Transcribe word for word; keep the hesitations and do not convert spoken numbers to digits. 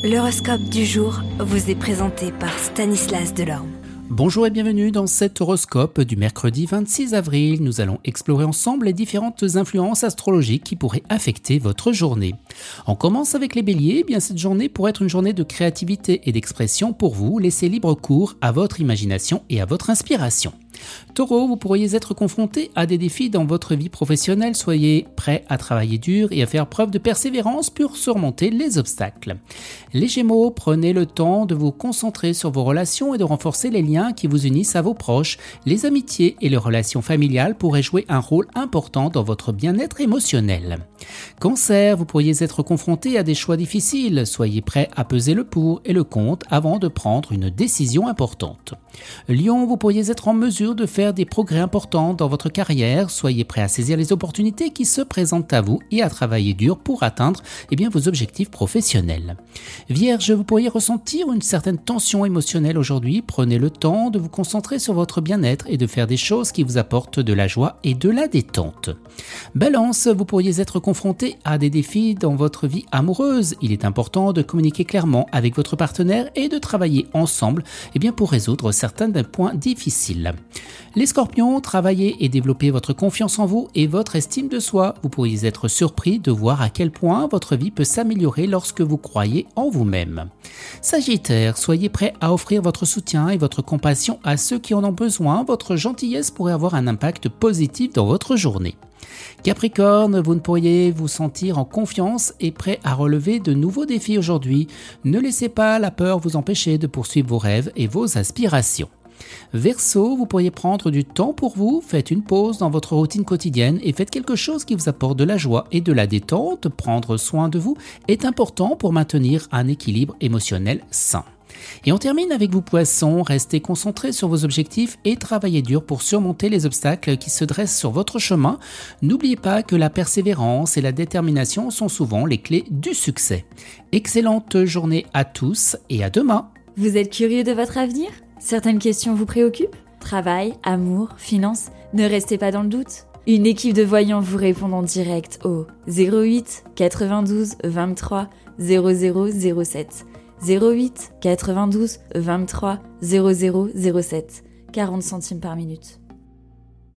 L'horoscope du jour vous est présenté par Stanislas Delorme. Bonjour et bienvenue dans cet horoscope du mercredi vingt-six avril. Nous allons explorer ensemble les différentes influences astrologiques qui pourraient affecter votre journée. On commence avec les béliers. Eh bien, cette journée pourrait être une journée de créativité et d'expression pour vous. Laissez libre cours à votre imagination et à votre inspiration. Taureau, vous pourriez être confronté à des défis dans votre vie professionnelle. Soyez prêt à travailler dur et à faire preuve de persévérance pour surmonter les obstacles. Les Gémeaux, prenez le temps de vous concentrer sur vos relations et de renforcer les liens qui vous unissent à vos proches. Les amitiés et les relations familiales pourraient jouer un rôle important dans votre bien-être émotionnel. Cancer, vous pourriez être confronté à des choix difficiles. Soyez prêt à peser le pour et le contre avant de prendre une décision importante. Lion, vous pourriez être en mesure de faire des progrès importants dans votre carrière. Soyez prêt à saisir les opportunités qui se présentent à vous et à travailler dur pour atteindre eh bien, vos objectifs professionnels. Vierge, vous pourriez ressentir une certaine tension émotionnelle aujourd'hui. Prenez le temps de vous concentrer sur votre bien-être et de faire des choses qui vous apportent de la joie et de la détente. Balance, vous pourriez être confronté à des défis dans votre vie amoureuse. Il est important de communiquer clairement avec votre partenaire et de travailler ensemble eh bien, pour résoudre certains points difficiles. Les Scorpions, travaillez et développez votre confiance en vous et votre estime de soi. Vous pourriez être surpris de voir à quel point votre vie peut s'améliorer lorsque vous croyez en vous-même. Sagittaire, soyez prêt à offrir votre soutien et votre compassion à ceux qui en ont besoin. Votre gentillesse pourrait avoir un impact positif dans votre journée. Capricorne, vous ne pourriez vous sentir en confiance et prêt à relever de nouveaux défis aujourd'hui. Ne laissez pas la peur vous empêcher de poursuivre vos rêves et vos aspirations. Verseau, vous pourriez prendre du temps pour vous, faites une pause dans votre routine quotidienne et faites quelque chose qui vous apporte de la joie et de la détente. Prendre soin de vous est important pour maintenir un équilibre émotionnel sain. Et on termine avec vous poissons, restez concentrés sur vos objectifs et travaillez dur pour surmonter les obstacles qui se dressent sur votre chemin. N'oubliez pas que la persévérance et la détermination sont souvent les clés du succès. Excellente journée à tous et à demain. Vous êtes curieux de votre avenir ? Certaines questions vous préoccupent ? Travail, amour, finances ? Ne restez pas dans le doute. Une équipe de voyants vous répond en direct au zéro huit quatre-vingt-douze vingt-trois zéro zéro zéro sept. zéro huit quatre-vingt-douze vingt-trois zéro zéro zéro sept. quarante centimes par minute.